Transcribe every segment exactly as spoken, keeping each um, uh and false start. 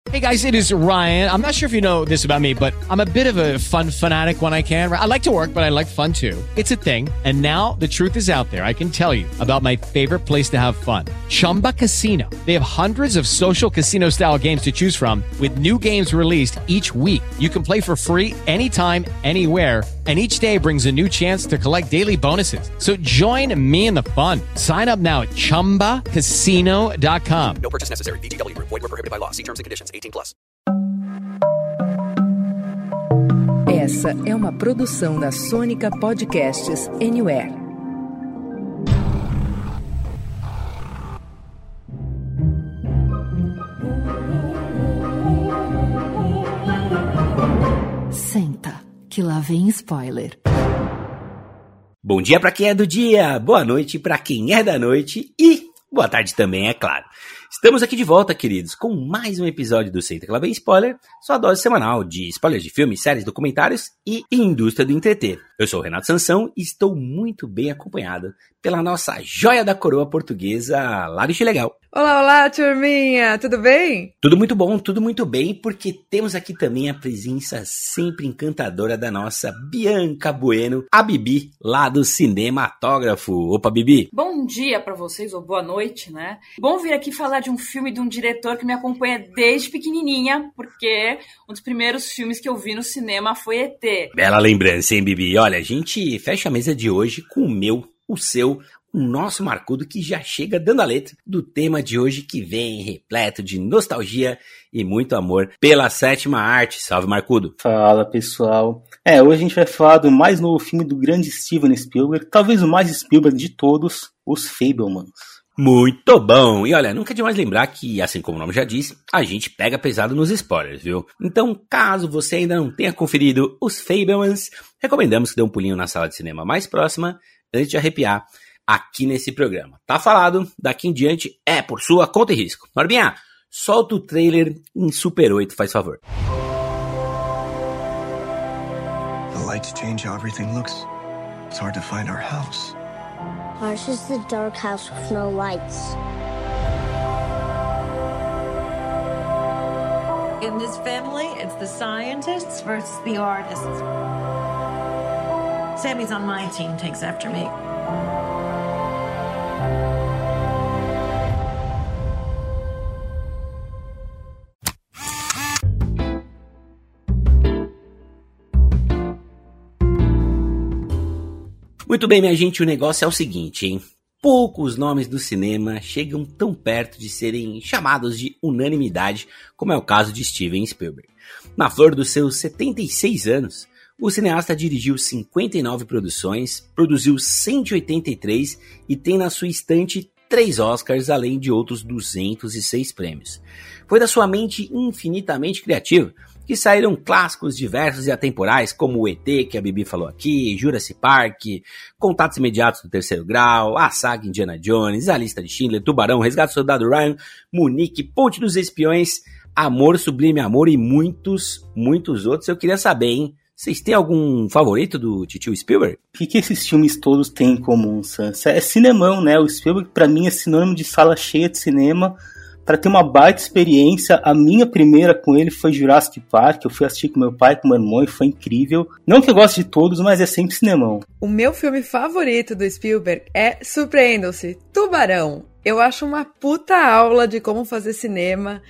Hey guys, it is Ryan. I'm not sure if you know this about me, but I'm a bit of a fun fanatic when I can. I like to work, but I like fun too. It's a thing. And now the truth is out there. I can tell you about my favorite place to have fun. Chumba Casino. They have hundreds of social casino style games to choose from with new games released each week. You can play for free anytime, anywhere. And each day brings a new chance to collect daily bonuses. So join me in the fun. Sign up now at chumba casino dot com. No purchase necessary. V G W. Void where prohibited by law. See terms and conditions. eighteen plus. Essa é uma produção da Sônica Podcasts Anywhere. Senta, que lá vem spoiler. Bom dia para quem é do dia, boa noite para quem é da noite e boa tarde também, é claro. Estamos aqui de volta, queridos, com mais um episódio do Senta que lá vem spoiler, sua dose semanal de spoilers de filmes, séries, documentários e indústria do entreter. Eu sou o Renato Sansão e estou muito bem acompanhado pela nossa joia da coroa portuguesa, Lariche Legal. Olá, olá, turminha, tudo bem? Tudo muito bom, tudo muito bem, porque temos aqui também a presença sempre encantadora da nossa Bianca Bueno, a Bibi, lá do Cinematógrafo. Opa, Bibi! Bom dia pra vocês, ou boa noite, né? Bom vir aqui falar de um filme de um diretor que me acompanha desde pequenininha, porque um dos primeiros filmes que eu vi no cinema foi E T. Bela lembrança, hein, Bibi? Olha, a gente fecha a mesa de hoje com o meu, o seu, o nosso Marcudo, que já chega dando a letra do tema de hoje, que vem repleto de nostalgia e muito amor pela sétima arte. Salve, Marcudo! Fala, pessoal! É, hoje a gente vai falar do mais novo filme do grande Steven Spielberg, talvez o mais Spielberg de todos, Os Fabelmans. Muito bom! E olha, nunca é demais lembrar que, assim como o nome já diz, a gente pega pesado nos spoilers, viu? Então, caso você ainda não tenha conferido Os Fabelmans, recomendamos que dê um pulinho na sala de cinema mais próxima antes de arrepiar aqui nesse programa. Tá falado, daqui em diante é por sua conta e risco. Norbinha, solta o trailer em Super oito, faz favor. The lights change how everything looks. It's hard to find our house. Ours is the dark house with no lights. In this family, it's the scientists versus the artists. Sammy's on my team, takes after me. Muito bem, minha gente, o negócio é o seguinte, hein? Poucos nomes do cinema chegam tão perto de serem chamados de unanimidade como é o caso de Steven Spielberg. Na flor dos seus setenta e seis anos, o cineasta dirigiu cinquenta e nove produções, produziu cento e oitenta e três e tem na sua estante três Oscars, além de outros duzentos e seis prêmios. Foi da sua mente infinitamente criativa que saíram clássicos diversos e atemporais, como o E T, que a Bibi falou aqui, Jurassic Park, Contatos Imediatos do Terceiro Grau, a saga Indiana Jones, A Lista de Schindler, Tubarão, Resgate do Soldado Ryan, Munique, Ponte dos Espiões, Amor, Sublime Amor e muitos, muitos outros. Eu queria saber, hein? Vocês têm algum favorito do titio Spielberg? O que, que esses filmes todos têm em comum, Sans? É cinemão, né? O Spielberg, pra mim, é sinônimo de sala cheia de cinema. Para ter uma baita experiência, a minha primeira com ele foi Jurassic Park. Eu fui assistir com meu pai, com meu irmão, e foi incrível. Não que eu goste de todos, mas é sempre cinemão. O meu filme favorito do Spielberg é, surpreendam-se, Tubarão. Eu acho uma puta aula de como fazer cinema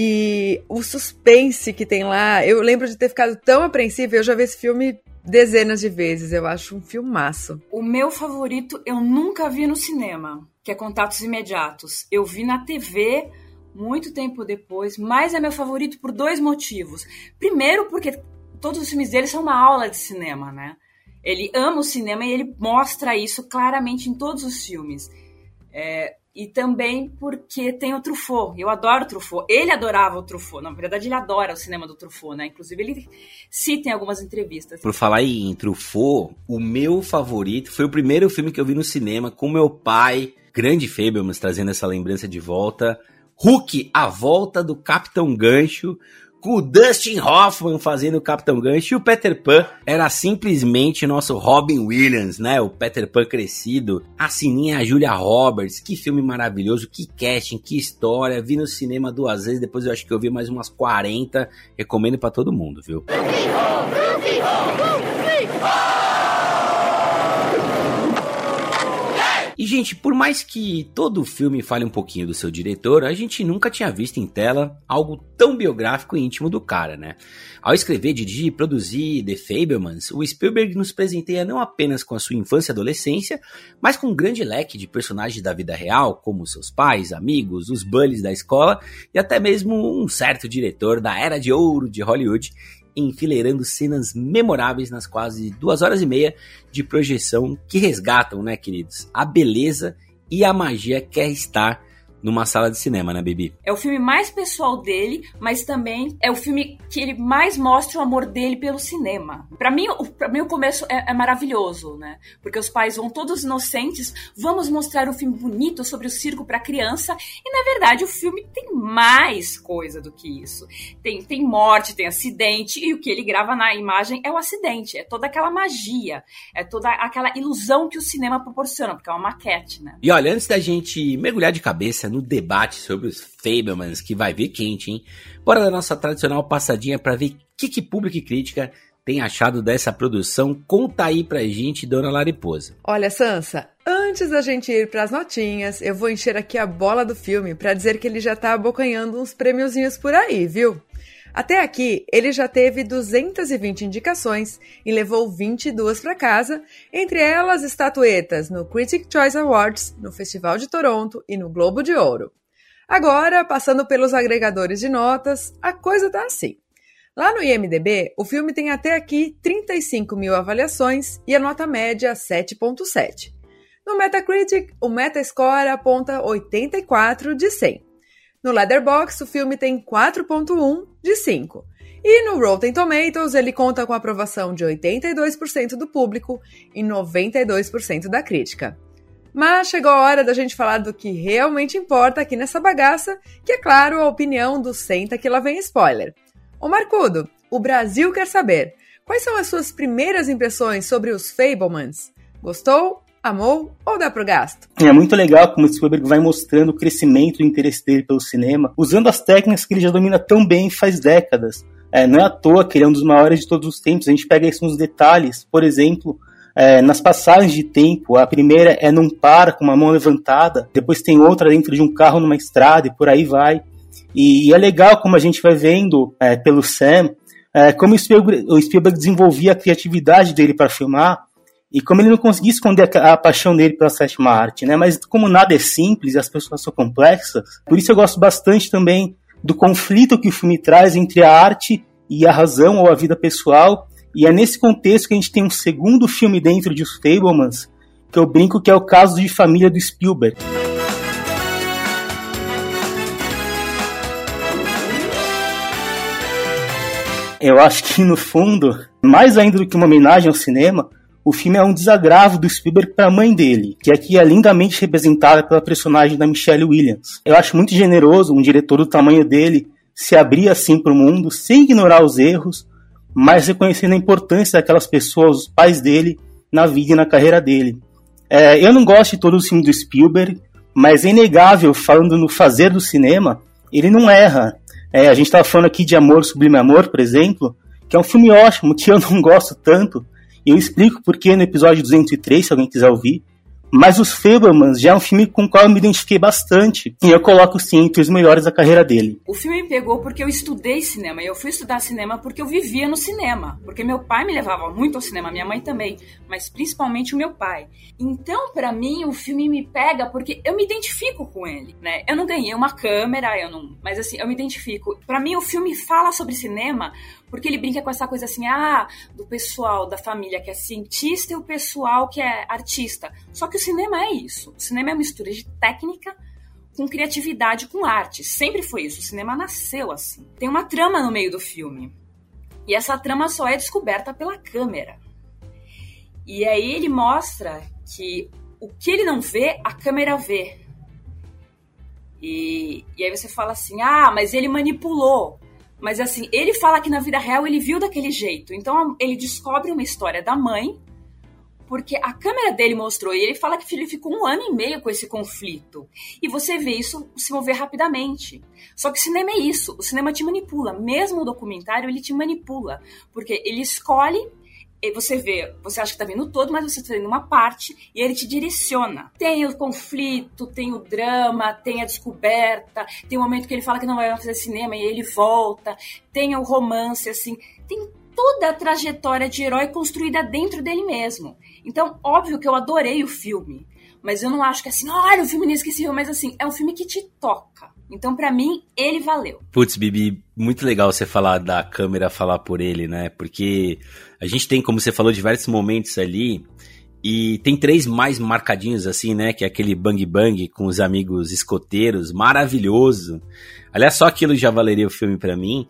e o suspense que tem lá. Eu lembro de ter ficado tão apreensiva, eu já vi esse filme dezenas de vezes. Eu acho um filmaço. O meu favorito eu nunca vi no cinema, que é Contatos Imediatos. Eu vi na T V muito tempo depois, mas é meu favorito por dois motivos. Primeiro, porque todos os filmes dele são uma aula de cinema, né? Ele ama o cinema e ele mostra isso claramente em todos os filmes. É, e também porque tem o Truffaut. Eu adoro o Truffaut. Ele adorava o Truffaut. Na verdade, ele adora o cinema do Truffaut, né? Inclusive, ele cita em algumas entrevistas. Por falar em Truffaut, o meu favorito foi o primeiro filme que eu vi no cinema com meu pai, grande Fabelmans, trazendo essa lembrança de volta. Hulk, A Volta do Capitão Gancho, com o Dustin Hoffman fazendo o Capitão Gancho, e o Peter Pan era simplesmente nosso Robin Williams, né? O Peter Pan crescido, a Sininha, a Julia Roberts, que filme maravilhoso, que casting, que história, vi no cinema duas vezes, depois eu acho que eu vi mais umas quarenta, recomendo pra todo mundo, viu? E, gente, por mais que todo filme fale um pouquinho do seu diretor, a gente nunca tinha visto em tela algo tão biográfico e íntimo do cara, né? Ao escrever, dirigir e produzir The Fabelmans, o Spielberg nos presenteia não apenas com a sua infância e adolescência, mas com um grande leque de personagens da vida real, como seus pais, amigos, os bullies da escola e até mesmo um certo diretor da era de ouro de Hollywood, enfileirando cenas memoráveis nas quase duas horas e meia de projeção que resgatam, né, queridos, a beleza e a magia que é estar numa sala de cinema, né, Bibi? É o filme mais pessoal dele, mas também é o filme que ele mais mostra o amor dele pelo cinema. Pra mim, o, pra mim, o começo é, é maravilhoso, né? Porque os pais vão todos inocentes, vamos mostrar um filme bonito sobre o circo pra criança, e na verdade o filme tem mais coisa do que isso. Tem, tem morte, tem acidente, e o que ele grava na imagem é o acidente, é toda aquela magia, é toda aquela ilusão que o cinema proporciona, porque é uma maquete, né? E olha, antes da gente mergulhar de cabeça no debate sobre os Fabelmans, que vai vir quente, hein? Bora da nossa tradicional passadinha pra ver o que, que público e crítica tem achado dessa produção. Conta aí pra gente, dona Lariposa. Olha, Sansa, antes da gente ir pras notinhas, eu vou encher aqui a bola do filme pra dizer que ele já tá abocanhando uns prêmiozinhos por aí, viu? Até aqui, ele já teve duzentas e vinte indicações e levou vinte e duas para casa, entre elas estatuetas no Critics' Choice Awards, no Festival de Toronto e no Globo de Ouro. Agora, passando pelos agregadores de notas, a coisa tá assim. Lá no I M D B, o filme tem até aqui trinta e cinco mil avaliações e a nota média sete ponto sete. No Metacritic, o Metascore aponta oitenta e quatro de cem. No Letterboxd, o filme tem quatro ponto um de cinco. E no Rotten Tomatoes, ele conta com a aprovação de oitenta e dois por cento do público e noventa e dois por cento da crítica. Mas chegou a hora da gente falar do que realmente importa aqui nessa bagaça, que é claro a opinião do Senta que lá vem spoiler. Ô Marcudo, o Brasil quer saber, quais são as suas primeiras impressões sobre os Fabelmans? Gostou? Amou ou dá pro gasto? É muito legal como o Spielberg vai mostrando o crescimento do interesse dele pelo cinema, usando as técnicas que ele já domina tão bem faz décadas. É, não é à toa que ele é um dos maiores de todos os tempos. A gente pega isso nos detalhes, por exemplo, é, nas passagens de tempo. A primeira é não para com uma mão levantada, depois tem outra dentro de um carro numa estrada e por aí vai. E, e é legal como a gente vai vendo é, pelo Sam, é, como o Spielberg, o Spielberg desenvolvia a criatividade dele para filmar, e como ele não conseguia esconder a, a paixão dele pela sétima arte, né? Mas como nada é simples e as pessoas são complexas, por isso eu gosto bastante também do conflito que o filme traz entre a arte e a razão ou a vida pessoal. E é nesse contexto que a gente tem um segundo filme dentro de Os Fabelmans, que eu brinco que é o caso de família do Spielberg. Eu acho que, no fundo, mais ainda do que uma homenagem ao cinema, o filme é um desagravo do Spielberg para a mãe dele, que aqui é lindamente representada pela personagem da Michelle Williams. Eu acho muito generoso um diretor do tamanho dele se abrir assim para o mundo, sem ignorar os erros, mas reconhecendo a importância daquelas pessoas, os pais dele, na vida e na carreira dele. É, eu não gosto de todos os filmes do Spielberg, mas é inegável, falando no fazer do cinema, ele não erra. É, a gente estava falando aqui de Amor, Sublime Amor, por exemplo, que é um filme ótimo, que eu não gosto tanto. Eu explico porque no episódio duzentos e três, se alguém quiser ouvir. Mas Os Fabelmans já é um filme com o qual eu me identifiquei bastante. E eu coloco, sim, entre os melhores da carreira dele. O filme me pegou porque eu estudei cinema. E eu fui estudar cinema porque eu vivia no cinema. Porque meu pai me levava muito ao cinema, minha mãe também. Mas principalmente o meu pai. Então, pra mim, o filme me pega porque eu me identifico com ele, né? Eu não ganhei uma câmera, eu não... Mas assim, eu me identifico. Pra mim, o filme fala sobre cinema porque ele brinca com essa coisa assim, ah, do pessoal da família que é cientista e o pessoal que é artista. Só que o cinema é isso. O cinema é uma mistura de técnica com criatividade, com arte. Sempre foi isso. O cinema nasceu assim. Tem uma trama no meio do filme. E essa trama só é descoberta pela câmera. E aí ele mostra que o que ele não vê, a câmera vê. E, e aí você fala assim, ah, mas ele manipulou. Mas assim, ele fala que na vida real ele viu daquele jeito. Então ele descobre uma história da mãe, porque a câmera dele mostrou, e ele fala que ele ficou um ano e meio com esse conflito. E você vê isso se mover rapidamente. Só que o cinema é isso, o cinema te manipula. Mesmo o documentário, ele te manipula. Porque ele escolhe, e você vê, você acha que tá vendo todo, mas você tá vendo uma parte, e ele te direciona. Tem o conflito, tem o drama, tem a descoberta, tem o momento que ele fala que não vai fazer cinema, e ele volta, tem o romance, assim, tem toda a trajetória de herói construída dentro dele mesmo. Então, óbvio que eu adorei o filme, mas eu não acho que assim, olha, o filme inesquecível, mas assim, é um filme que te toca. Então, pra mim, ele valeu. Putz, Bibi, muito legal você falar da câmera falar por ele, né? Porque a gente tem, como você falou, diversos momentos ali, e tem três mais marcadinhos assim, né? Que é aquele bang bang com os amigos escoteiros, maravilhoso. Aliás, só aquilo já valeria o filme pra mim.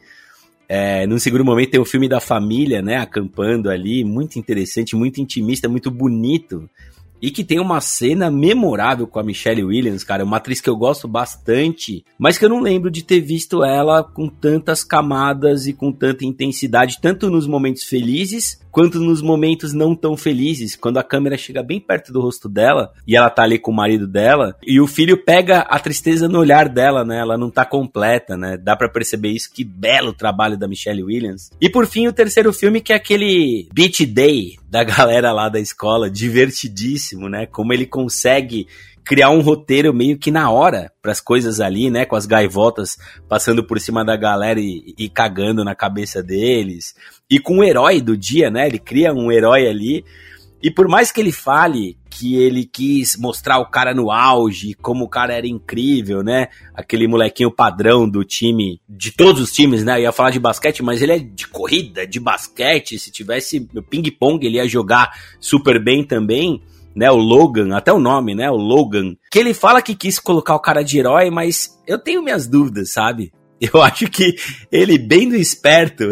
É, num segundo momento tem o filme da família, né, acampando ali, muito interessante, muito intimista, muito bonito, e que tem uma cena memorável com a Michelle Williams, cara, uma atriz que eu gosto bastante, mas que eu não lembro de ter visto ela com tantas camadas e com tanta intensidade, tanto nos momentos felizes, quanto nos momentos não tão felizes, quando a câmera chega bem perto do rosto dela, e ela tá ali com o marido dela, e o filho pega a tristeza no olhar dela, né, ela não tá completa, né, dá pra perceber isso, que belo trabalho da Michelle Williams. E por fim, o terceiro filme, que é aquele Beach Day da galera lá da escola, divertidíssimo, né, como ele consegue criar um roteiro meio que na hora pras coisas ali, né, com as gaivotas passando por cima da galera e, e cagando na cabeça deles, e com o herói do dia, né, ele cria um herói ali, e por mais que ele fale que ele quis mostrar o cara no auge, como o cara era incrível, né, aquele molequinho padrão do time, de todos os times, né, eu ia falar de basquete, mas ele é de corrida, de basquete, se tivesse ping-pong ele ia jogar super bem também, né, o Logan, até o nome, né, o Logan, que ele fala que quis colocar o cara de herói, mas eu tenho minhas dúvidas, sabe? Eu acho que ele, bem do esperto,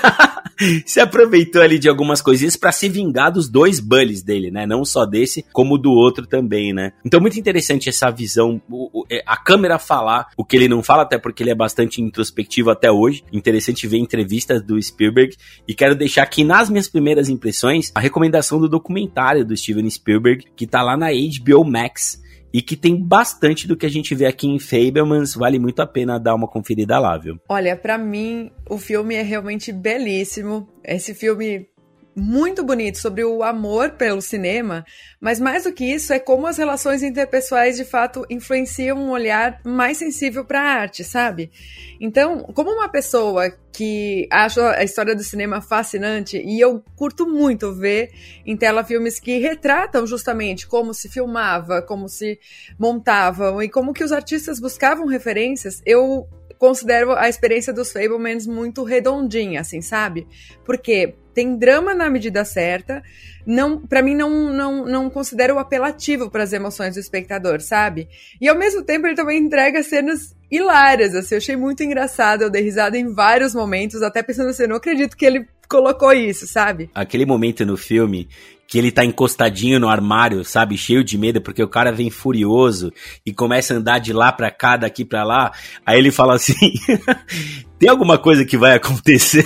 se aproveitou ali de algumas coisinhas pra se vingar dos dois bullies dele, né? Não só desse, como do outro também, né? Então, muito interessante essa visão, a câmera falar o que ele não fala, até porque ele é bastante introspectivo até hoje. Interessante ver entrevistas do Spielberg. E quero deixar aqui nas minhas primeiras impressões a recomendação do documentário do Steven Spielberg, que tá lá na H B O Max. E que tem bastante do que a gente vê aqui em Fabelmans, vale muito a pena dar uma conferida lá, viu? Olha, pra mim, o filme é realmente belíssimo. Esse filme muito bonito sobre o amor pelo cinema, mas mais do que isso é como as relações interpessoais de fato influenciam um olhar mais sensível para a arte, sabe? Então, como uma pessoa que acha a história do cinema fascinante, e eu curto muito ver em tela filmes que retratam justamente como se filmava, como se montavam e como que os artistas buscavam referências, eu considero a experiência dos Fabelmans muito redondinha, assim, sabe? Porque tem drama na medida certa, não, pra mim não, não, não considero apelativo para as emoções do espectador, sabe? E ao mesmo tempo ele também entrega cenas hilárias, assim, eu achei muito engraçado, eu dei risada em vários momentos, até pensando assim, eu não acredito que ele colocou isso, sabe? Aquele momento no filme que ele tá encostadinho no armário, sabe, cheio de medo, porque o cara vem furioso e começa a andar de lá pra cá, daqui pra lá, aí ele fala assim, tem alguma coisa que vai acontecer?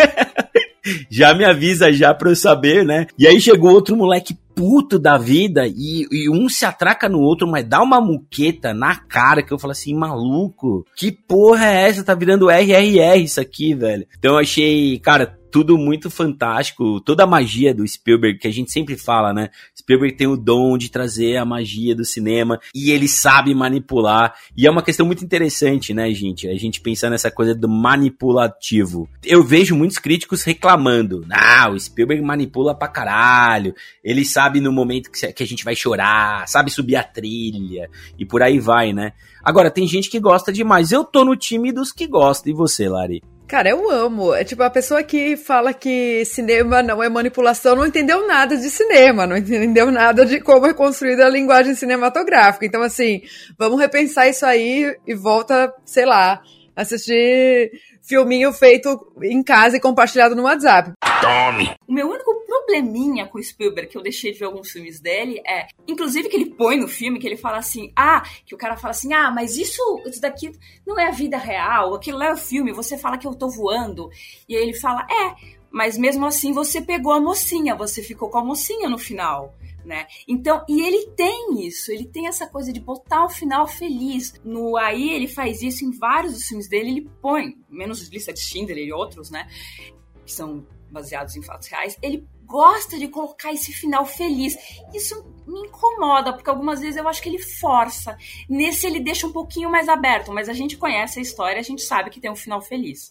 Já me avisa já pra eu saber, né? E aí chegou outro moleque puto da vida e, e um se atraca no outro, mas dá uma muqueta na cara que eu falo assim, maluco, que porra é essa? Tá virando R R R isso aqui, velho. Então eu achei, cara, tudo muito fantástico, toda a magia do Spielberg, que a gente sempre fala, né? Spielberg tem o dom de trazer a magia do cinema e ele sabe manipular. E é uma questão muito interessante, né, gente? A gente pensar nessa coisa do manipulativo. Eu vejo muitos críticos reclamando. Ah, o Spielberg manipula pra caralho. Ele sabe no momento que a gente vai chorar, sabe subir a trilha e por aí vai, né? Agora, tem gente que gosta demais. Eu tô no time dos que gostam. E você, Lari? Cara, eu amo. É tipo, a pessoa que fala que cinema não é manipulação não entendeu nada de cinema, não entendeu nada de como é construída a linguagem cinematográfica. Então, assim, vamos repensar isso aí e volta, sei lá, assistir filminho feito em casa e compartilhado no WhatsApp. Tome! O meu único probleminha com o Spielberg, que eu deixei de ver alguns filmes dele, é, inclusive que ele põe no filme, que ele fala assim, ah, que o cara fala assim, ah, mas isso, isso daqui não é a vida real, aquilo é o filme, você fala que eu tô voando. E aí ele fala, é, mas mesmo assim você pegou a mocinha, você ficou com a mocinha no final. Né? Então, e ele tem isso, ele tem essa coisa de botar o final feliz. No aí ele faz isso em vários dos filmes dele, ele põe, menos Lista de Schindler e outros, né, que são baseados em fatos reais, ele gosta de colocar esse final feliz. Isso me incomoda, porque algumas vezes eu acho que ele força. Nesse ele deixa um pouquinho mais aberto, mas a gente conhece a história, a gente sabe que tem um final feliz.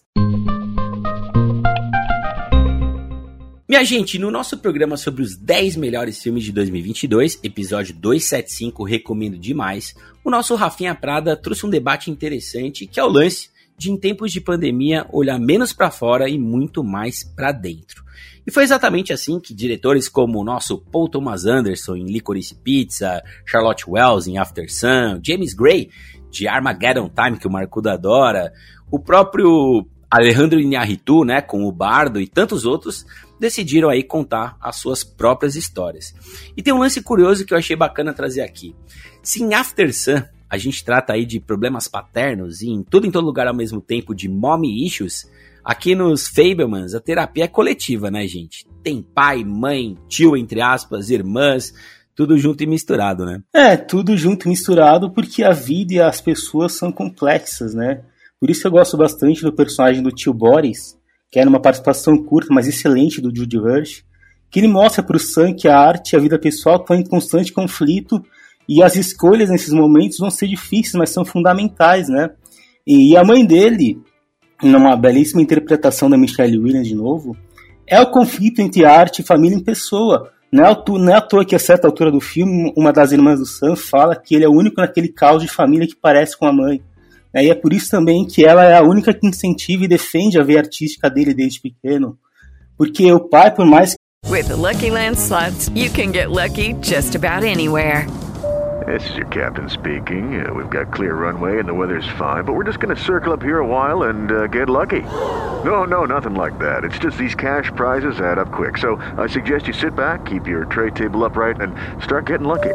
Minha gente, no nosso programa sobre os dez melhores filmes de dois mil e vinte e dois, episódio duzentos e setenta e cinco, recomendo demais, o nosso Rafinha Prada trouxe um debate interessante, que é o lance de, em tempos de pandemia, olhar menos pra fora e muito mais pra dentro. E foi exatamente assim que diretores como o nosso Paul Thomas Anderson em Licorice Pizza, Charlotte Wells em After Sun, James Gray de Armageddon Time, que o Marcudo adora, o próprio Alejandro Iñárritu, né, com o Bardo e tantos outros, decidiram aí contar as suas próprias histórias. E tem um lance curioso que eu achei bacana trazer aqui. Se em After Sun a gente trata aí de problemas paternos e em tudo em todo lugar ao mesmo tempo de mommy issues, aqui nos Fabelmans a terapia é coletiva, né, gente? Tem pai, mãe, tio, entre aspas, irmãs, tudo junto e misturado, né? É, tudo junto e misturado porque a vida e as pessoas são complexas, né? Por isso eu gosto bastante do personagem do tio Boris, que era uma participação curta, mas excelente do Jude Hirsch, que ele mostra para o Sam que a arte e a vida pessoal estão em constante conflito e as escolhas nesses momentos vão ser difíceis, mas são fundamentais, né? E a mãe dele, numa belíssima interpretação da Michelle Williams de novo, é o conflito entre arte e família em pessoa. Não é, não é à toa que a certa altura do filme, uma das irmãs do Sam fala que ele é o único naquele caos de família que parece com a mãe. E é por isso também que ela é a única que incentiva e defende a veia artística dele desde pequeno. Porque o pai, por mais... With the Lucky Land Slots, you can get lucky just about anywhere. This is your captain speaking. Uh, we've got clear runway and the weather's fine, but we're just going to circle up here a while and uh, get lucky. No, no, nothing like that. It's just these cash prizes add up quick. So I suggest you sit back, keep your tray table upright, and start getting lucky.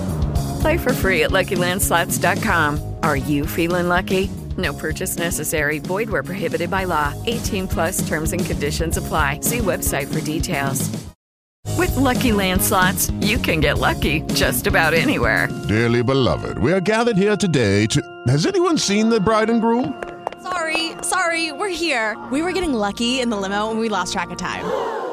Play for free at Lucky Land Slots dot com. Are you feeling lucky? No purchase necessary. Void where prohibited by law. eighteen plus terms and conditions apply. See website for details. With Lucky Land Slots, you can get lucky just about anywhere. Dearly beloved, we are gathered here today to... Has anyone seen the bride and groom? Sorry, sorry, we're here. We were getting lucky in the limo and we lost track of time.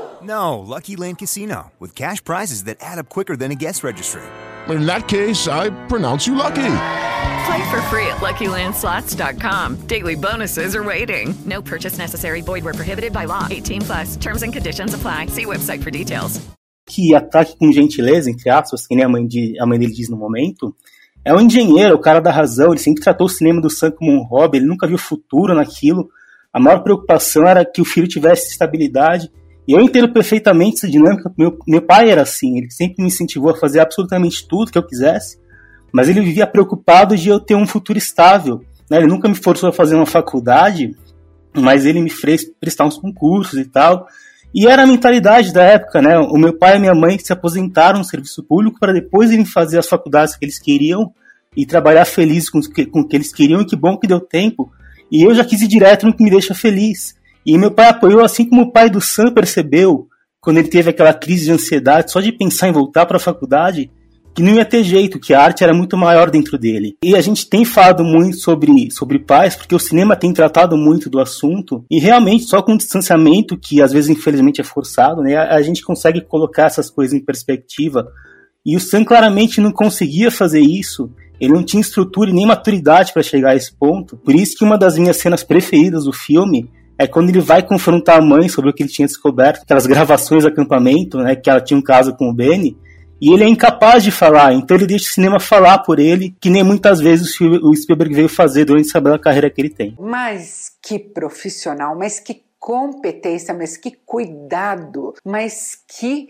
No, Lucky Land Casino, with cash prizes that add up quicker than a guest registry. In that case, I pronounce you lucky. Play for free at Lucky Land Slots dot com. Daily bonuses are waiting. No purchase necessary. Void where prohibited by law. eighteen plus. Terms and conditions apply. See website for details. Que ataque com gentileza, entre aspas, que nem a mãe, de, a mãe dele diz no momento, é um engenheiro, o cara da razão. Ele sempre tratou o cinema do Sam como um hobby. Ele nunca viu futuro naquilo. A maior preocupação era que o filho tivesse estabilidade. E eu entendo perfeitamente essa dinâmica. Meu, meu pai era assim, ele sempre me incentivou a fazer absolutamente tudo que eu quisesse, mas ele vivia preocupado de eu ter um futuro estável, né? Ele nunca me forçou a fazer uma faculdade, mas ele me fez prestar uns concursos e tal. E era a mentalidade da época, né? O meu pai e a minha mãe se aposentaram no serviço público para depois irem fazer as faculdades que eles queriam e trabalhar felizes com o que, com o que eles queriam, e que bom que deu tempo. E eu já quis ir direto no que me deixa feliz. E meu pai apoiou, assim como o pai do Sam percebeu, quando ele teve aquela crise de ansiedade, só de pensar em voltar para a faculdade, que não ia ter jeito, que a arte era muito maior dentro dele. E a gente tem falado muito sobre, sobre pais, porque o cinema tem tratado muito do assunto, e realmente só com o distanciamento, que às vezes infelizmente é forçado, né, a, a gente consegue colocar essas coisas em perspectiva. E o Sam claramente não conseguia fazer isso, ele não tinha estrutura e nem maturidade para chegar a esse ponto. Por isso que uma das minhas cenas preferidas do filme é quando ele vai confrontar a mãe sobre o que ele tinha descoberto, aquelas gravações do acampamento, né, que ela tinha um caso com o Benny, e ele é incapaz de falar, então ele deixa o cinema falar por ele, que nem muitas vezes o Spielberg veio fazer durante essa bela carreira que ele tem. Mas que profissional, mas que competência, mas que cuidado, mas que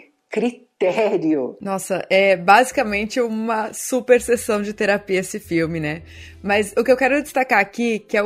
critério. Nossa, é basicamente uma super sessão de terapia esse filme, né? Mas o que eu quero destacar aqui, que é o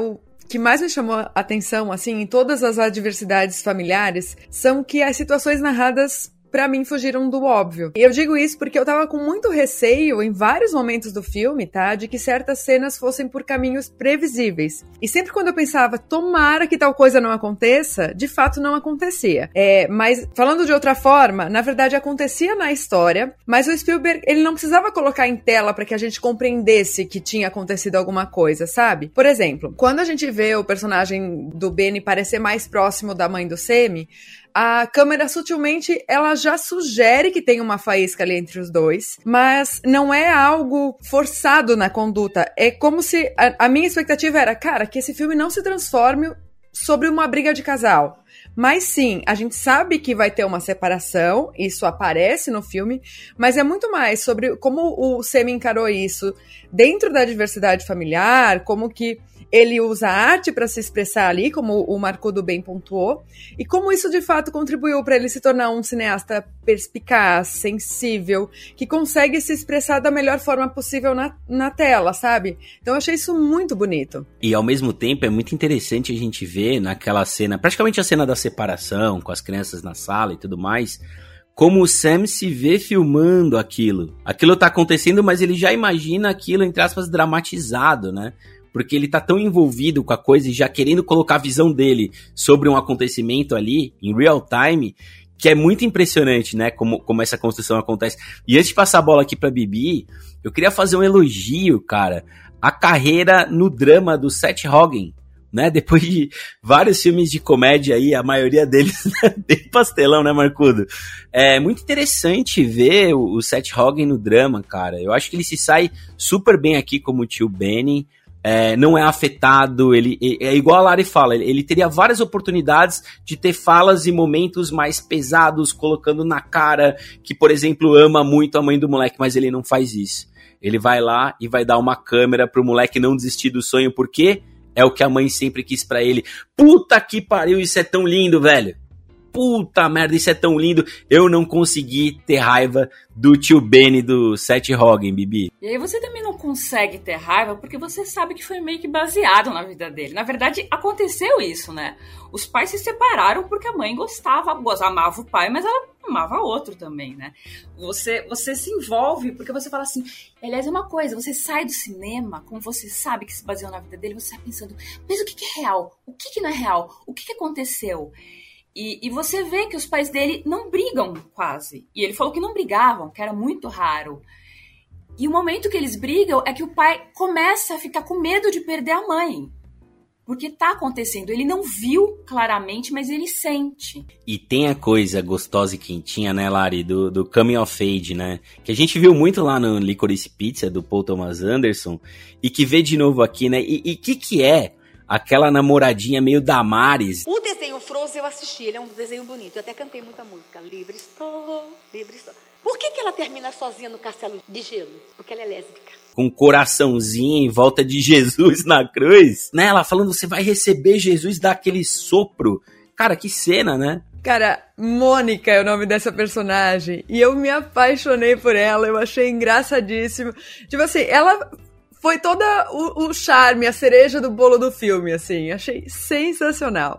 que mais me chamou a atenção, assim, em todas as adversidades familiares, são que as situações narradas, pra mim, fugiram do óbvio. E eu digo isso porque eu tava com muito receio em vários momentos do filme, tá? De que certas cenas fossem por caminhos previsíveis. E sempre quando eu pensava, tomara que tal coisa não aconteça, de fato não acontecia. É, mas, falando de outra forma, na verdade acontecia na história, mas o Spielberg, ele não precisava colocar em tela pra que a gente compreendesse que tinha acontecido alguma coisa, sabe? Por exemplo, quando a gente vê o personagem do Benny parecer mais próximo da mãe do Sammy, a câmera sutilmente, ela já sugere que tem uma faísca ali entre os dois, mas não é algo forçado na conduta. É como se a, a minha expectativa era, cara, que esse filme não se transforme sobre uma briga de casal. Mas sim, a gente sabe que vai ter uma separação, isso aparece no filme, mas é muito mais sobre como o Sammy encarou isso dentro da diversidade familiar, como que ele usa a arte para se expressar ali, como o Marcudo bem pontuou, e como isso de fato contribuiu para ele se tornar um cineasta perspicaz, sensível, que consegue se expressar da melhor forma possível na, na tela, sabe? Então eu achei isso muito bonito. E ao mesmo tempo é muito interessante a gente ver naquela cena, praticamente a cena da separação, com as crianças na sala e tudo mais, como o Sam se vê filmando aquilo. Aquilo tá acontecendo, mas ele já imagina aquilo, entre aspas, dramatizado, né? Porque ele tá tão envolvido com a coisa e já querendo colocar a visão dele sobre um acontecimento ali, em real time, que é muito impressionante, né, como, como essa construção acontece. E antes de passar a bola aqui pra Bibi, eu queria fazer um elogio, cara, à carreira no drama do Seth Rogen, né, depois de vários filmes de comédia aí, a maioria deles bem pastelão, né, Marcudo? É muito interessante ver o, o Seth Rogen no drama, cara. Eu acho que ele se sai super bem aqui como o tio Benny. É, não é afetado, ele é igual a Lari fala, ele, ele teria várias oportunidades de ter falas e momentos mais pesados, colocando na cara que, por exemplo, ama muito a mãe do moleque, mas ele não faz isso. Ele vai lá e vai dar uma câmera pro moleque não desistir do sonho, porque é o que a mãe sempre quis pra ele. Puta que pariu, isso é tão lindo, velho. Puta merda, isso é tão lindo. Eu não consegui ter raiva do tio Benny do Seth Rogen, Bibi. E aí você também não consegue ter raiva porque você sabe que foi meio que baseado na vida dele. Na verdade, aconteceu isso, né? Os pais se separaram porque a mãe gostava, amava o pai, mas ela amava outro também, né? Você, você se envolve porque você fala assim... Aliás, é uma coisa, você sai do cinema, como você sabe que se baseou na vida dele, você sai pensando, mas o que, que é real? O que, que não é real? O que, que aconteceu? E, e você vê que os pais dele não brigam quase. E ele falou que não brigavam, que era muito raro. E o momento que eles brigam é que o pai começa a ficar com medo de perder a mãe. Porque tá acontecendo. Ele não viu claramente, mas ele sente. E tem a coisa gostosa e quentinha, né, Lari, do, do coming of age, né? Que a gente viu muito lá no Licorice Pizza, do Paul Thomas Anderson. E que vê de novo aqui, né? E o que que é aquela namoradinha meio Damares? O desenho Frozen eu assisti, ele é um desenho bonito. Eu até cantei muita música. Livre estou, livre estou. Por que que ela termina sozinha no castelo de gelo? Porque ela é lésbica. Com um coraçãozinho em volta de Jesus na cruz, né? Ela falando, você vai receber Jesus, dá aquele sopro. Cara, que cena, né? Cara, Mônica é o nome dessa personagem. E eu me apaixonei por ela, eu achei engraçadíssimo. Tipo assim, ela... foi todo o, o charme, a cereja do bolo do filme, assim. Achei sensacional.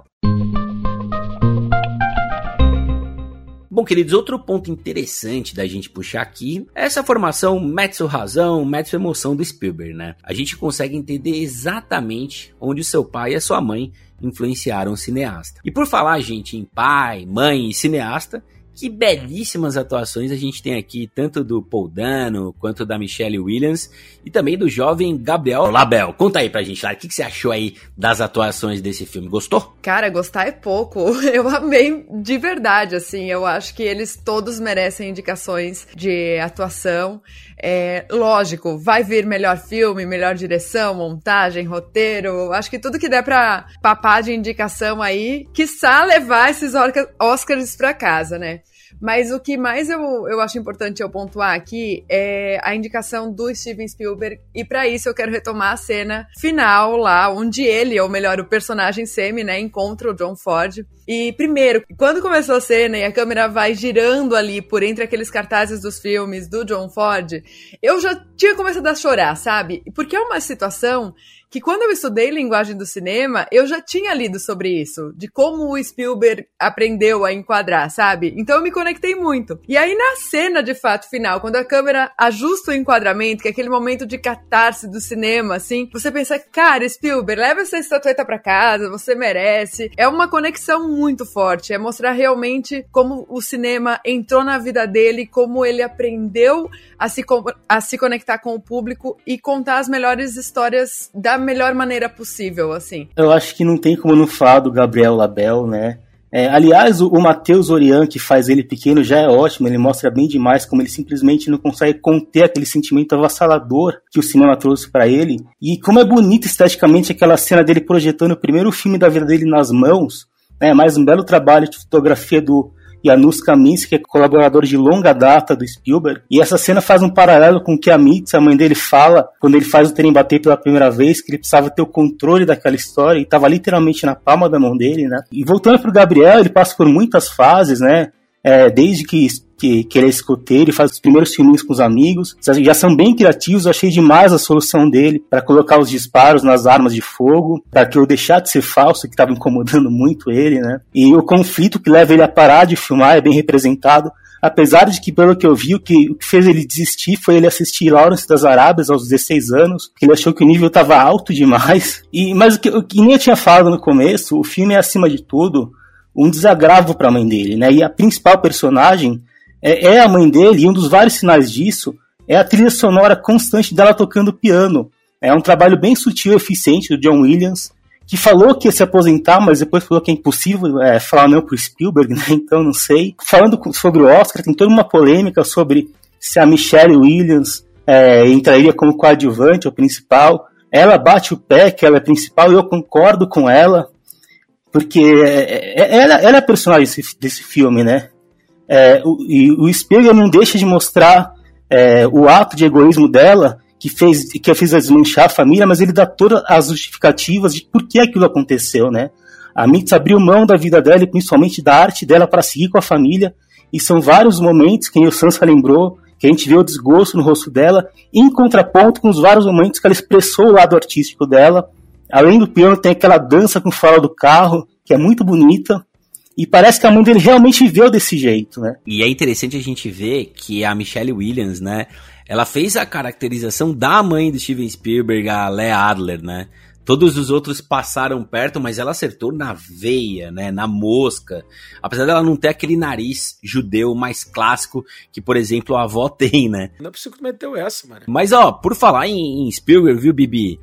Bom, queridos, outro ponto interessante da gente puxar aqui é essa formação Metsu Razão, Metsu Emoção do Spielberg, né? A gente consegue entender exatamente onde o seu pai e a sua mãe influenciaram o cineasta. E por falar, gente, em pai, mãe e cineasta... que belíssimas atuações a gente tem aqui, tanto do Paul Dano, quanto da Michelle Williams, e também do jovem Gabriel Labelle. Conta aí pra gente, Lara, o que, que você achou aí das atuações desse filme? Gostou? Cara, gostar é pouco. Eu amei de verdade, assim. Eu acho que eles todos merecem indicações de atuação. É, lógico, vai vir melhor filme, melhor direção, montagem, roteiro. Acho que tudo que der pra papar de indicação aí, quiçá levar esses Oscars pra casa, né? Mas o que mais eu, eu acho importante eu pontuar aqui é a indicação do Steven Spielberg, e pra isso eu quero retomar a cena final lá, onde ele, ou melhor, o personagem Sammy, né, encontra o John Ford. E primeiro, quando começou a cena e a câmera vai girando ali por entre aqueles cartazes dos filmes do John Ford, eu já tinha começado a chorar, sabe? Porque é uma situação que quando eu estudei linguagem do cinema, eu já tinha lido sobre isso, de como o Spielberg aprendeu a enquadrar, sabe? Então eu me conectei muito. E aí na cena, de fato, final, quando a câmera ajusta o enquadramento, que é aquele momento de catarse do cinema, assim, você pensa, cara, Spielberg, leva essa estatueta pra casa, você merece. É uma conexão muito forte, é mostrar realmente como o cinema entrou na vida dele, como ele aprendeu a se, a se conectar com o público e contar as melhores histórias da melhor maneira possível, assim. Eu acho que não tem como não falar do Gabriel Labelle, né? É, aliás, o, o Matheus Orian, que faz ele pequeno, já é ótimo, ele mostra bem demais como ele simplesmente não consegue conter aquele sentimento avassalador que o cinema trouxe pra ele, e como é bonita esteticamente aquela cena dele projetando o primeiro filme da vida dele nas mãos, né? Mais um belo trabalho de fotografia do Janusz Kaminski, que é colaborador de longa data do Spielberg, e essa cena faz um paralelo com o que a Mitzi, a mãe dele, fala quando ele faz o Trem Bater pela primeira vez, que ele precisava ter o controle daquela história, e estava literalmente na palma da mão dele, né? E voltando pro Gabriel, ele passa por muitas fases, né? É, desde que, que, que ele é escoteiro, ele faz os primeiros filminhos com os amigos, já são bem criativos, eu achei demais a solução dele para colocar os disparos nas armas de fogo, para que eu deixar de ser falso, que estava incomodando muito ele, né? E o conflito que leva ele a parar de filmar é bem representado, apesar de que, pelo que eu vi, o que, o que fez ele desistir foi ele assistir Lawrence das Arábias aos dezesseis anos, porque ele achou que o nível estava alto demais, e, mas o que, o que nem eu tinha falado no começo, o filme é, acima de tudo, um desagravo para a mãe dele, né? E a principal personagem é, é a mãe dele, e um dos vários sinais disso é a trilha sonora constante dela tocando piano. É um trabalho bem sutil e eficiente do John Williams, que falou que ia se aposentar, mas depois falou que é impossível é, falar não pro Spielberg, né? Então não sei. Falando sobre o Oscar, tem toda uma polêmica sobre se a Michelle Williams é, entraria como coadjuvante ou principal. Ela bate o pé que ela é principal, e eu concordo com ela, porque ela, ela é a personagem desse, desse filme, né? É, o, e o Spielberg não deixa de mostrar é, o ato de egoísmo dela, que fez, que fez desmanchar a família, mas ele dá todas as justificativas de por que aquilo aconteceu, né? A Mitzi abriu mão da vida dela e principalmente da arte dela para seguir com a família, e são vários momentos, que o Sansa lembrou, que a gente vê o desgosto no rosto dela, em contraponto com os vários momentos que ela expressou o lado artístico dela. Além do piano, tem aquela dança com o farol do carro, que é muito bonita, e parece que a mãe dele realmente viveu desse jeito, né? E é interessante a gente ver que a Michelle Williams, né, ela fez a caracterização da mãe do Steven Spielberg, a Lea Adler, né? Todos os outros passaram perto, mas ela acertou na veia, né, na mosca. Apesar dela não ter aquele nariz judeu mais clássico que, por exemplo, a avó tem, né? Não é possível que meteu essa, mano. Mas, ó, por falar em, em Spielberg, viu, Bibi?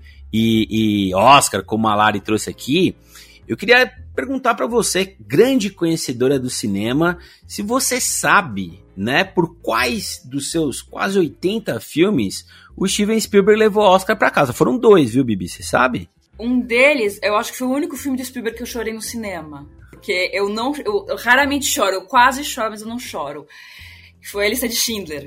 E, e Oscar, como a Lari trouxe aqui, eu queria perguntar pra você, grande conhecedora do cinema, se você sabe, né, por quais dos seus quase oitenta filmes o Steven Spielberg levou Oscar pra casa. Foram dois, viu, Bibi? Você sabe? Um deles, eu acho que foi o único filme do Spielberg que eu chorei no cinema. Porque eu não, eu, eu raramente choro, eu quase choro, mas eu não choro. Foi A Lista de Schindler.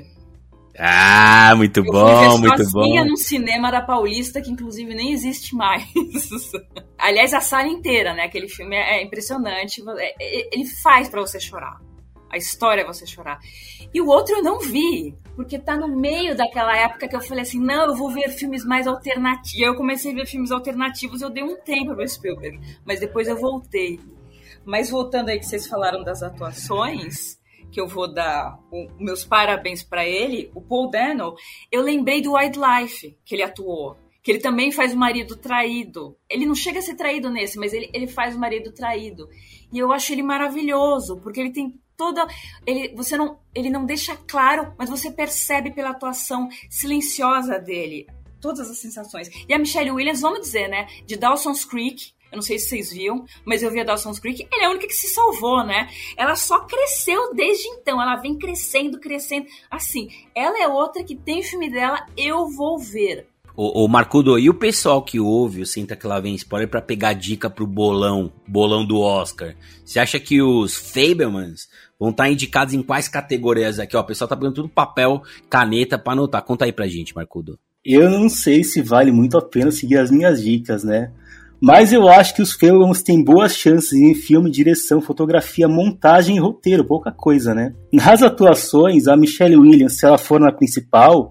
Ah, muito eu bom, muito bom. Eu num cinema da Paulista, que inclusive nem existe mais. Aliás, a sala inteira, né? Aquele filme é impressionante. Ele faz pra você chorar. A história é você chorar. E o outro eu não vi, porque tá no meio daquela época que eu falei assim, não, eu vou ver filmes mais alternativos. Eu comecei a ver filmes alternativos, eu dei um tempo pro Spielberg, mas depois eu voltei. Mas voltando aí que vocês falaram das atuações, que eu vou dar o, meus parabéns pra ele, o Paul Dano, eu lembrei do Wildlife, que ele atuou, que ele também faz o marido traído. Ele não chega a ser traído nesse, mas ele, ele faz o marido traído. E eu acho ele maravilhoso, porque ele tem toda... Ele, você não, ele não deixa claro, mas você percebe pela atuação silenciosa dele, todas as sensações. E a Michelle Williams, vamos dizer, né, de Dawson's Creek, eu não sei se vocês viram, mas eu vi a Dawson's Creek, ela é a única que se salvou, né? Ela só cresceu desde então, ela vem crescendo, crescendo. Assim, ela é outra que tem filme dela, eu vou ver. Ô, ô Marcudo, e o pessoal que ouve o Senta Que Lá Vem Spoiler pra pegar dica pro bolão, bolão do Oscar? Você acha que os Fabelmans vão estar indicados em quais categorias aqui? Ó, o pessoal tá pegando tudo papel, caneta pra anotar. Conta aí pra gente, Marcudo. Eu não sei se vale muito a pena seguir as minhas dicas, né? Mas eu acho que os Fabelmans têm boas chances em filme, direção, fotografia, montagem e roteiro, pouca coisa, né? Nas atuações, a Michelle Williams, se ela for na principal,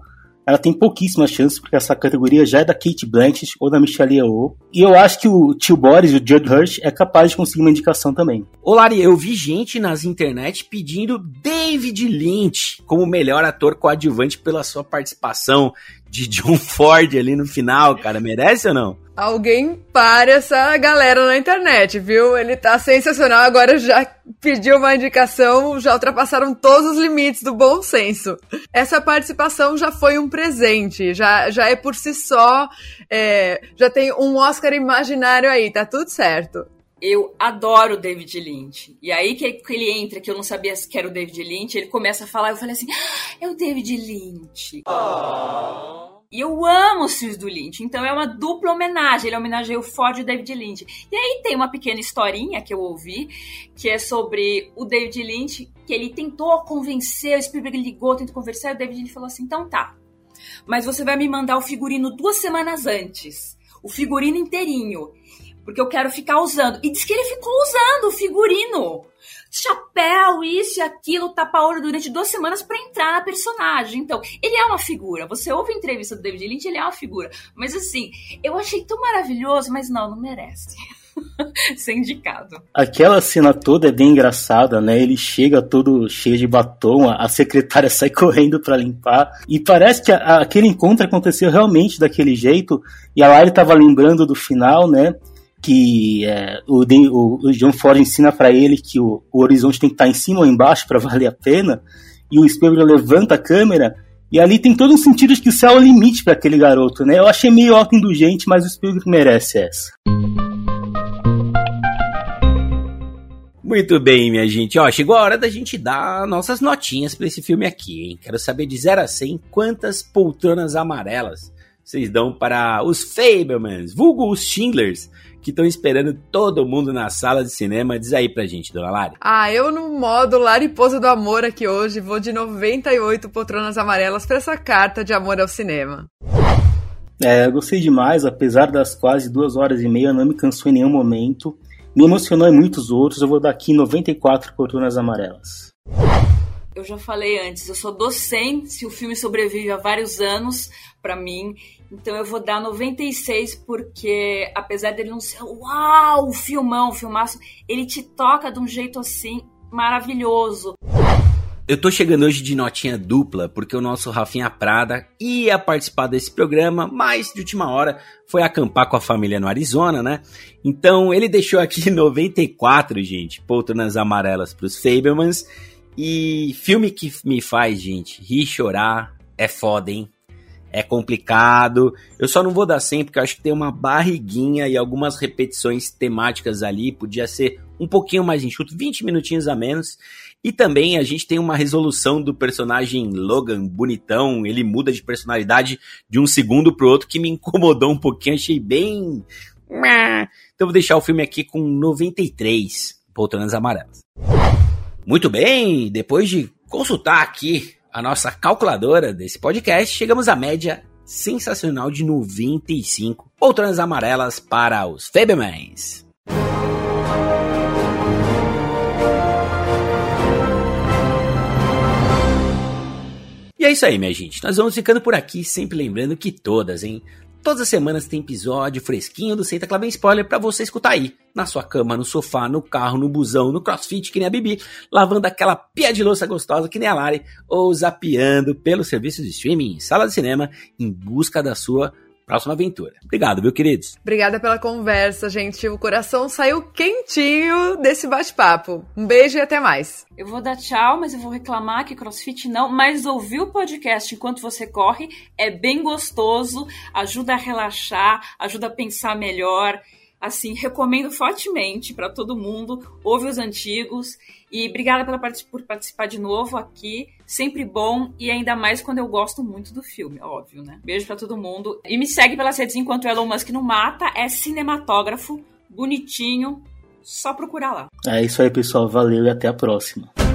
ela tem pouquíssimas chances, porque essa categoria já é da Cate Blanchett ou da Michelle Yeoh. E eu acho que o tio Boris, o Judd Hirsch, é capaz de conseguir uma indicação também. Ô Lari, eu vi gente nas internet pedindo David Lynch como melhor ator coadjuvante pela sua participação de John Ford ali no final, cara. Merece ou não? Alguém para essa galera na internet, viu? Ele tá sensacional, agora já pediu uma indicação, já ultrapassaram todos os limites do bom senso. Essa participação já foi um presente, já, já é por si só, é, já tem um Oscar imaginário aí, tá tudo certo. Eu adoro o David Lynch. E aí que, que ele entra, que eu não sabia que era o David Lynch, ele começa a falar, eu falei assim, ah, é o David Lynch. Oh. E eu amo os filmes do Lynch, então é uma dupla homenagem, ele homenageia o Ford e o David Lynch. E aí tem uma pequena historinha que eu ouvi, que é sobre o David Lynch, que ele tentou convencer, o Spielberg ligou, tentou conversar, e o David Lynch falou assim, então tá, mas você vai me mandar o figurino duas semanas antes, o figurino inteirinho, porque eu quero ficar usando. E diz que ele ficou usando o figurino. Chapéu, isso e aquilo, tapa-olho durante duas semanas pra entrar na personagem. Então, ele é uma figura. Você ouve a entrevista do David Lynch, ele é uma figura. Mas assim, eu achei tão maravilhoso, mas não, não merece ser indicado. Aquela cena toda é bem engraçada, né? Ele chega todo cheio de batom, a secretária sai correndo pra limpar. E parece que a, aquele encontro aconteceu realmente daquele jeito. E a Lari tava lembrando do final, né? Que é, o, o, o John Ford ensina pra ele que o, o horizonte tem que estar em cima ou embaixo pra valer a pena, e o Spielberg levanta a câmera, e ali tem todo um sentido de que o céu é o limite pra aquele garoto, né? Eu achei meio autoindulgente, mas o Spielberg merece essa. Muito bem, minha gente. Ó, chegou a hora da gente dar nossas notinhas pra esse filme aqui, hein? Quero saber de zero a cem quantas poltronas amarelas vocês dão para os Fabelmans, vulgo os Schindlers, que estão esperando todo mundo na sala de cinema. Diz aí pra gente, dona Lari. Ah, eu no modo Lariposa do Amor aqui hoje vou de noventa e oito poltronas amarelas pra essa carta de amor ao cinema. É, eu gostei demais, apesar das quase duas horas e meia, não me cansou em nenhum momento. Me emocionou em muitos outros, eu vou dar aqui noventa e quatro poltronas amarelas. Eu já falei antes, eu só dou cem se o filme sobrevive a vários anos pra mim. Então eu vou dar noventa e seis porque, apesar dele não ser uau, filmão, filmaço, ele te toca de um jeito assim maravilhoso. Eu tô chegando hoje de notinha dupla porque o nosso Rafinha Prada ia participar desse programa, mas de última hora foi acampar com a família no Arizona, né? Então ele deixou aqui noventa e quatro, gente, poltronas amarelas pros Fabelmans. E filme que me faz, gente, rir e chorar é foda, hein? É complicado. Eu só não vou dar cem porque eu acho que tem uma barriguinha e algumas repetições temáticas ali. Podia ser um pouquinho mais enxuto, vinte minutinhos a menos. E também a gente tem uma resolução do personagem Logan, bonitão. Ele muda de personalidade de um segundo pro outro que me incomodou um pouquinho. Achei bem... Então eu vou deixar o filme aqui com noventa e três poltronas amarelas. Muito bem, depois de consultar aqui a nossa calculadora desse podcast, chegamos à média sensacional de noventa e cinco poltronas amarelas para os Fabelmans. E é isso aí, minha gente. Nós vamos ficando por aqui, sempre lembrando que todas, hein? Todas as semanas tem episódio fresquinho do Senta Clava em Spoiler pra você escutar aí, na sua cama, no sofá, no carro, no busão, no crossfit, que nem a Bibi, lavando aquela pia de louça gostosa que nem a Lari, ou zapeando pelo serviço de streaming, sala de cinema, em busca da sua próxima aventura. Obrigado, viu, queridos? Obrigada pela conversa, gente. O coração saiu quentinho desse bate-papo. Um beijo e até mais. Eu vou dar tchau, mas eu vou reclamar que CrossFit não, mas ouvir o podcast enquanto você corre é bem gostoso, ajuda a relaxar, ajuda a pensar melhor. Assim, recomendo fortemente para todo mundo. Ouve os antigos. E obrigada pela part- por participar de novo aqui. Sempre bom. E ainda mais quando eu gosto muito do filme, óbvio, né? Beijo para todo mundo. E me segue pelas redes enquanto Elon Musk não mata. É cinematógrafo, bonitinho. Só procurar lá. É isso aí, pessoal. Valeu e até a próxima.